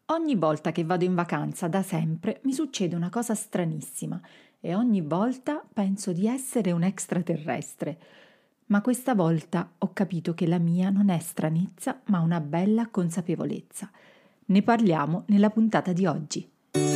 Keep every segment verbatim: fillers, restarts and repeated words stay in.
Ogni volta che vado in vacanza da sempre mi succede una cosa stranissima e ogni volta penso di essere un extraterrestre. Ma questa volta ho capito che la mia non è stranezza, ma una bella consapevolezza. Ne parliamo nella puntata di oggi.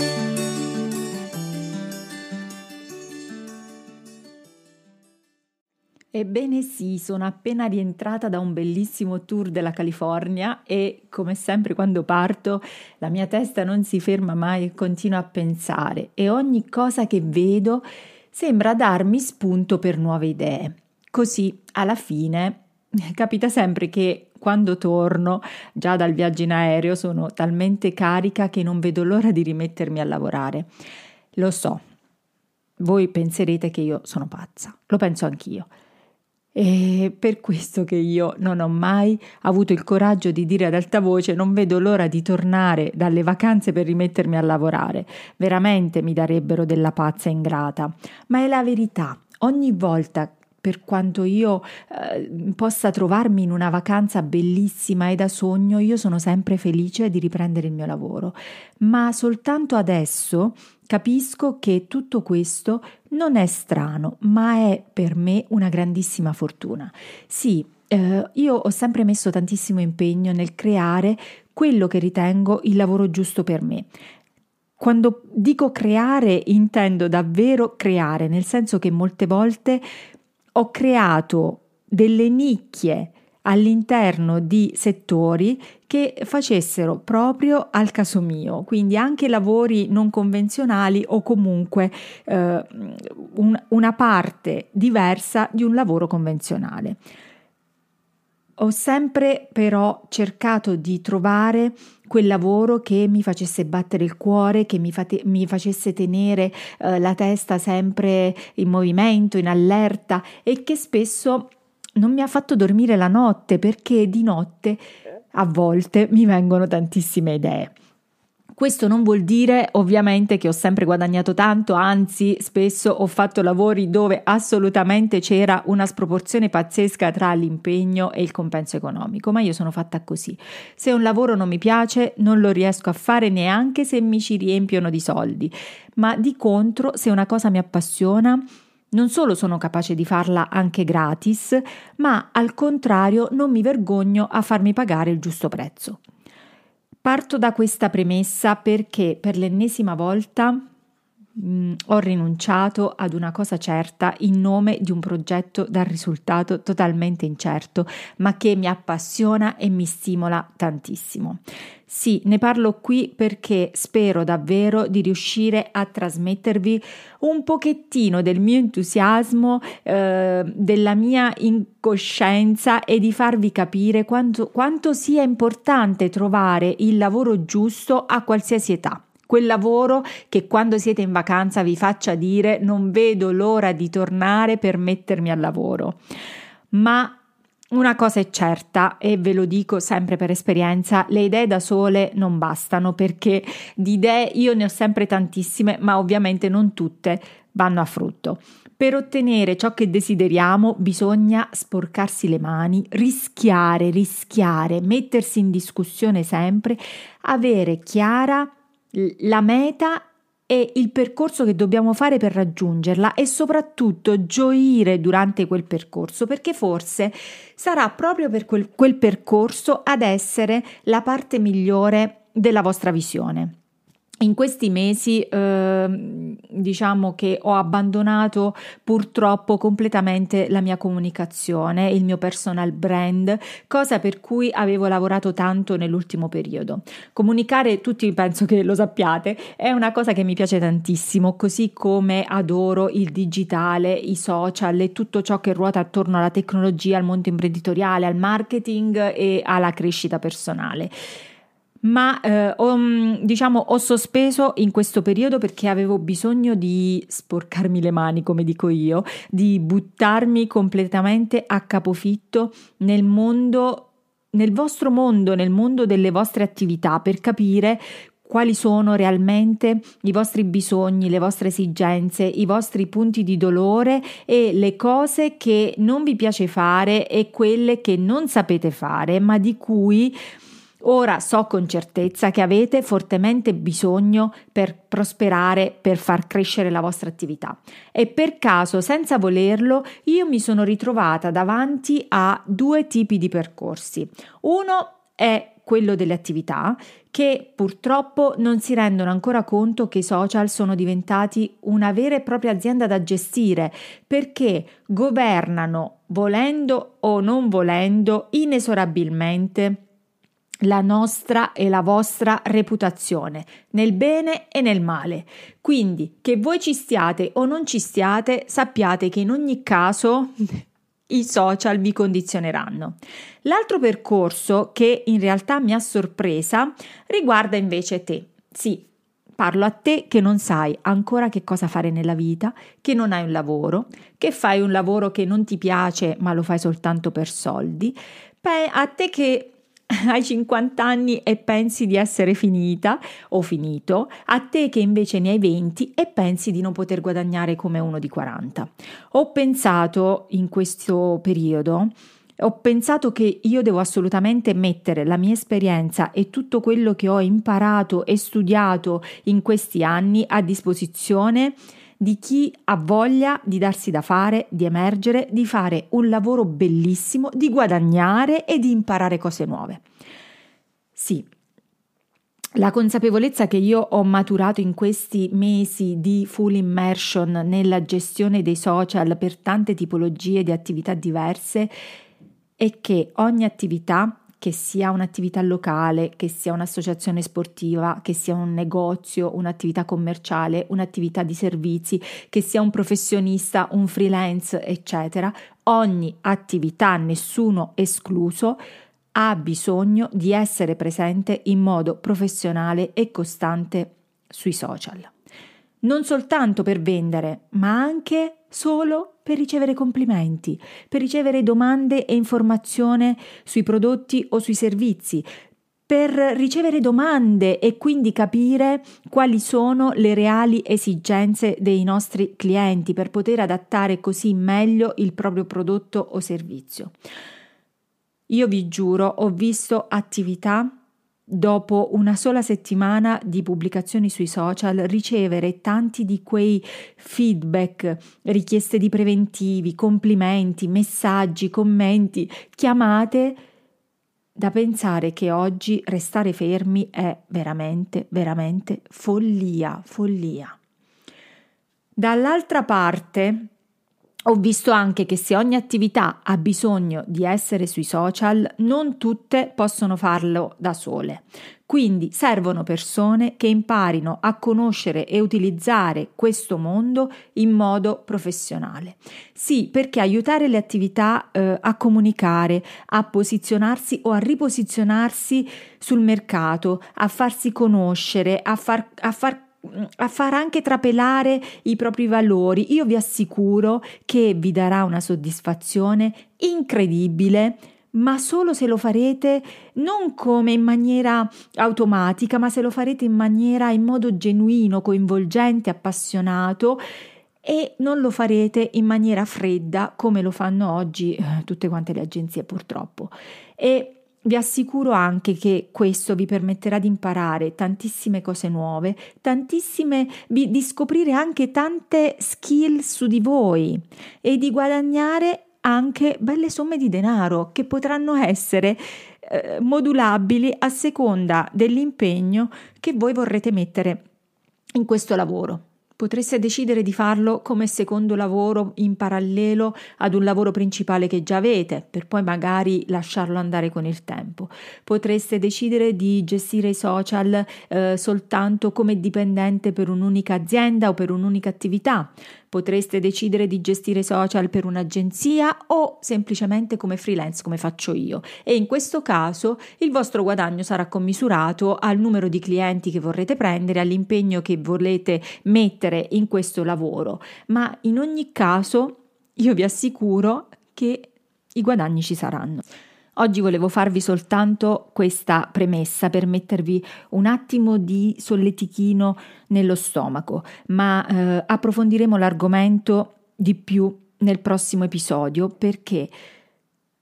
Ebbene sì, sono appena rientrata da un bellissimo tour della California e, come sempre quando parto, la mia testa non si ferma mai e continua a pensare e ogni cosa che vedo sembra darmi spunto per nuove idee. Così, alla fine, capita sempre che quando torno, già dal viaggio in aereo, sono talmente carica che non vedo l'ora di rimettermi a lavorare. Lo so, voi penserete che io sono pazza, lo penso anch'io. E per questo che io non ho mai avuto il coraggio di dire ad alta voce non vedo l'ora di tornare dalle vacanze per rimettermi a lavorare. Veramente mi darebbero della pazza ingrata, ma è la verità. Ogni volta, per quanto io eh, possa trovarmi in una vacanza bellissima e da sogno, io sono sempre felice di riprendere il mio lavoro. Ma soltanto adesso capisco che tutto questo non è strano, ma è per me una grandissima fortuna. Sì, eh, io ho sempre messo tantissimo impegno nel creare quello che ritengo il lavoro giusto per me. Quando dico creare, intendo davvero creare, nel senso che molte volte ho creato delle nicchie all'interno di settori che facessero proprio al caso mio, quindi anche lavori non convenzionali o comunque eh, un, una parte diversa di un lavoro convenzionale. Ho sempre però cercato di trovare quel lavoro che mi facesse battere il cuore, che mi, fate, mi facesse tenere eh, la testa sempre in movimento, in allerta e che spesso non mi ha fatto dormire la notte, perché di notte a volte mi vengono tantissime idee. Questo non vuol dire ovviamente che ho sempre guadagnato tanto, anzi spesso ho fatto lavori dove assolutamente c'era una sproporzione pazzesca tra l'impegno e il compenso economico, ma io sono fatta così. Se un lavoro non mi piace non lo riesco a fare neanche se mi ci riempiono di soldi, ma di contro se una cosa mi appassiona non solo sono capace di farla anche gratis, ma al contrario non mi vergogno a farmi pagare il giusto prezzo. Parto da questa premessa perché per l'ennesima volta mh, ho rinunciato ad una cosa certa in nome di un progetto dal risultato totalmente incerto, ma che mi appassiona e mi stimola tantissimo. Sì, ne parlo qui perché spero davvero di riuscire a trasmettervi un pochettino del mio entusiasmo, eh, della mia incoscienza e di farvi capire quanto, quanto sia importante trovare il lavoro giusto a qualsiasi età. Quel lavoro che quando siete in vacanza vi faccia dire non vedo l'ora di tornare per mettermi al lavoro. Ma una cosa è certa e ve lo dico sempre per esperienza, le idee da sole non bastano, perché di idee io ne ho sempre tantissime, ma ovviamente non tutte vanno a frutto. Per ottenere ciò che desideriamo bisogna sporcarsi le mani, rischiare, rischiare, mettersi in discussione sempre, avere chiara la meta e il percorso che dobbiamo fare per raggiungerla e soprattutto gioire durante quel percorso, perché forse sarà proprio per quel, quel percorso ad essere la parte migliore della vostra visione. In questi mesi eh, diciamo che ho abbandonato purtroppo completamente la mia comunicazione, il mio personal brand, cosa per cui avevo lavorato tanto nell'ultimo periodo. Comunicare, tutti penso che lo sappiate, è una cosa che mi piace tantissimo, così come adoro il digitale, i social e tutto ciò che ruota attorno alla tecnologia, al mondo imprenditoriale, al marketing e alla crescita personale. Ma eh, ho, diciamo, ho sospeso in questo periodo perché avevo bisogno di sporcarmi le mani, come dico io, di buttarmi completamente a capofitto nel mondo, nel vostro mondo, nel mondo delle vostre attività, per capire quali sono realmente i vostri bisogni, le vostre esigenze, i vostri punti di dolore e le cose che non vi piace fare e quelle che non sapete fare, ma di cui Ora so con certezza che avete fortemente bisogno per prosperare, per far crescere la vostra attività. E per caso, senza volerlo, io mi sono ritrovata davanti a due tipi di percorsi. Uno è quello delle attività, che purtroppo non si rendono ancora conto che i social sono diventati una vera e propria azienda da gestire, perché governano, volendo o non volendo, inesorabilmente la nostra e la vostra reputazione, nel bene e nel male. Quindi, che voi ci stiate o non ci stiate, sappiate che in ogni caso i social vi condizioneranno. L'altro percorso, che in realtà mi ha sorpresa, riguarda invece te. Sì, parlo a te che non sai ancora che cosa fare nella vita, che non hai un lavoro, che fai un lavoro che non ti piace ma lo fai soltanto per soldi, Beh, a te che hai cinquanta anni e pensi di essere finita o finito, a te che invece ne hai venti e pensi di non poter guadagnare come uno di quaranta. Ho pensato in questo periodo, ho pensato che io devo assolutamente mettere la mia esperienza e tutto quello che ho imparato e studiato in questi anni a disposizione di chi ha voglia di darsi da fare, di emergere, di fare un lavoro bellissimo, di guadagnare e di imparare cose nuove. Sì, la consapevolezza che io ho maturato in questi mesi di full immersion nella gestione dei social per tante tipologie di attività diverse è che ogni attività, che sia un'attività locale, che sia un'associazione sportiva, che sia un negozio, un'attività commerciale, un'attività di servizi, che sia un professionista, un freelance, eccetera, ogni attività, nessuno escluso, ha bisogno di essere presente in modo professionale e costante sui social. Non soltanto per vendere, ma anche solo per ricevere complimenti, per ricevere domande e informazione sui prodotti o sui servizi, per ricevere domande e quindi capire quali sono le reali esigenze dei nostri clienti per poter adattare così meglio il proprio prodotto o servizio. Io vi giuro, ho visto attività dopo una sola settimana di pubblicazioni sui social ricevere tanti di quei feedback, richieste di preventivi, complimenti, messaggi, commenti, chiamate, da pensare che oggi restare fermi è veramente, veramente follia, follia. Dall'altra parte, ho visto anche che se ogni attività ha bisogno di essere sui social, non tutte possono farlo da sole. Quindi servono persone che imparino a conoscere e utilizzare questo mondo in modo professionale. Sì, perché aiutare le attività eh, a comunicare, a posizionarsi o a riposizionarsi sul mercato, a farsi conoscere, a far, a far a far anche trapelare i propri valori, io vi assicuro che vi darà una soddisfazione incredibile, ma solo se lo farete non come in maniera automatica, ma se lo farete in maniera in modo genuino, coinvolgente, appassionato, e non lo farete in maniera fredda come lo fanno oggi eh, tutte quante le agenzie, purtroppo. E vi assicuro anche che questo vi permetterà di imparare tantissime cose nuove, tantissime, di scoprire anche tante skill su di voi e di guadagnare anche belle somme di denaro che potranno essere eh, modulabili a seconda dell'impegno che voi vorrete mettere in questo lavoro. Potreste decidere di farlo come secondo lavoro in parallelo ad un lavoro principale che già avete, per poi magari lasciarlo andare con il tempo. Potreste decidere di gestire i social eh, soltanto come dipendente per un'unica azienda o per un'unica attività. Potreste decidere di gestire i social per un'agenzia o semplicemente come freelance, come faccio io. E in questo caso il vostro guadagno sarà commisurato al numero di clienti che vorrete prendere, all'impegno che volete mettere in questo lavoro. Ma in ogni caso io vi assicuro che i guadagni ci saranno. Oggi volevo farvi soltanto questa premessa per mettervi un attimo di solletichino nello stomaco, ma eh, approfondiremo l'argomento di più nel prossimo episodio, perché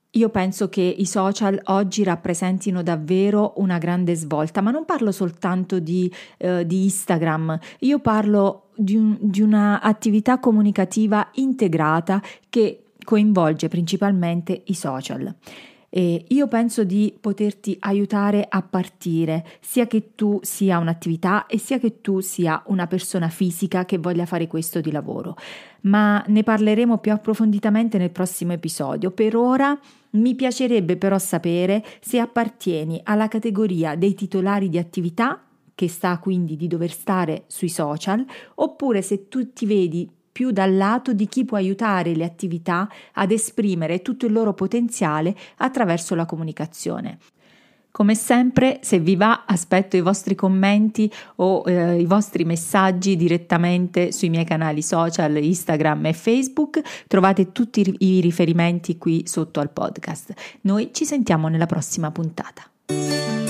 Io penso che i social oggi rappresentino davvero una grande svolta, ma non parlo soltanto di, eh, di Instagram, io parlo di, un, di una attività comunicativa integrata che coinvolge principalmente i social. E io penso di poterti aiutare a partire, sia che tu sia un'attività e sia che tu sia una persona fisica che voglia fare questo di lavoro. Ma ne parleremo più approfonditamente nel prossimo episodio. Per ora mi piacerebbe però sapere se appartieni alla categoria dei titolari di attività, che sta quindi di dover stare sui social, oppure se tu ti vedi più dal lato di chi può aiutare le attività ad esprimere tutto il loro potenziale attraverso la comunicazione. Come sempre, se vi va, aspetto i vostri commenti o eh, i vostri messaggi direttamente sui miei canali social Instagram e Facebook. Trovate tutti i riferimenti qui sotto al podcast. Noi ci sentiamo nella prossima puntata.